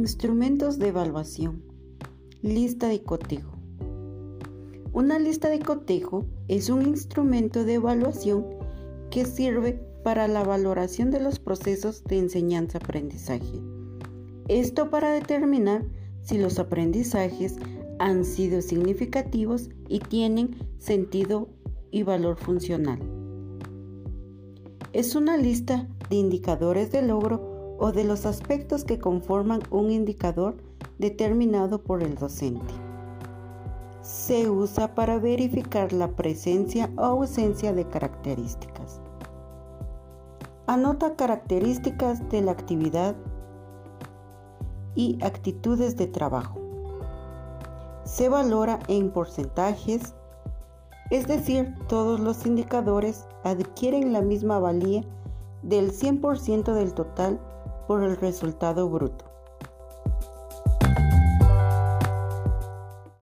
Instrumentos de evaluación. Lista de cotejo. Una lista de cotejo es un instrumento de evaluación que sirve para la valoración de los procesos de enseñanza-aprendizaje. Esto para determinar si los aprendizajes han sido significativos y tienen sentido y valor funcional. Es una lista de indicadores de logro o de los aspectos que conforman un indicador determinado por el docente. Se usa para verificar la presencia o ausencia de características. Anota características de la actividad y actitudes de trabajo. Se valora en porcentajes, es decir, todos los indicadores adquieren la misma valía del 100% del total por el resultado bruto.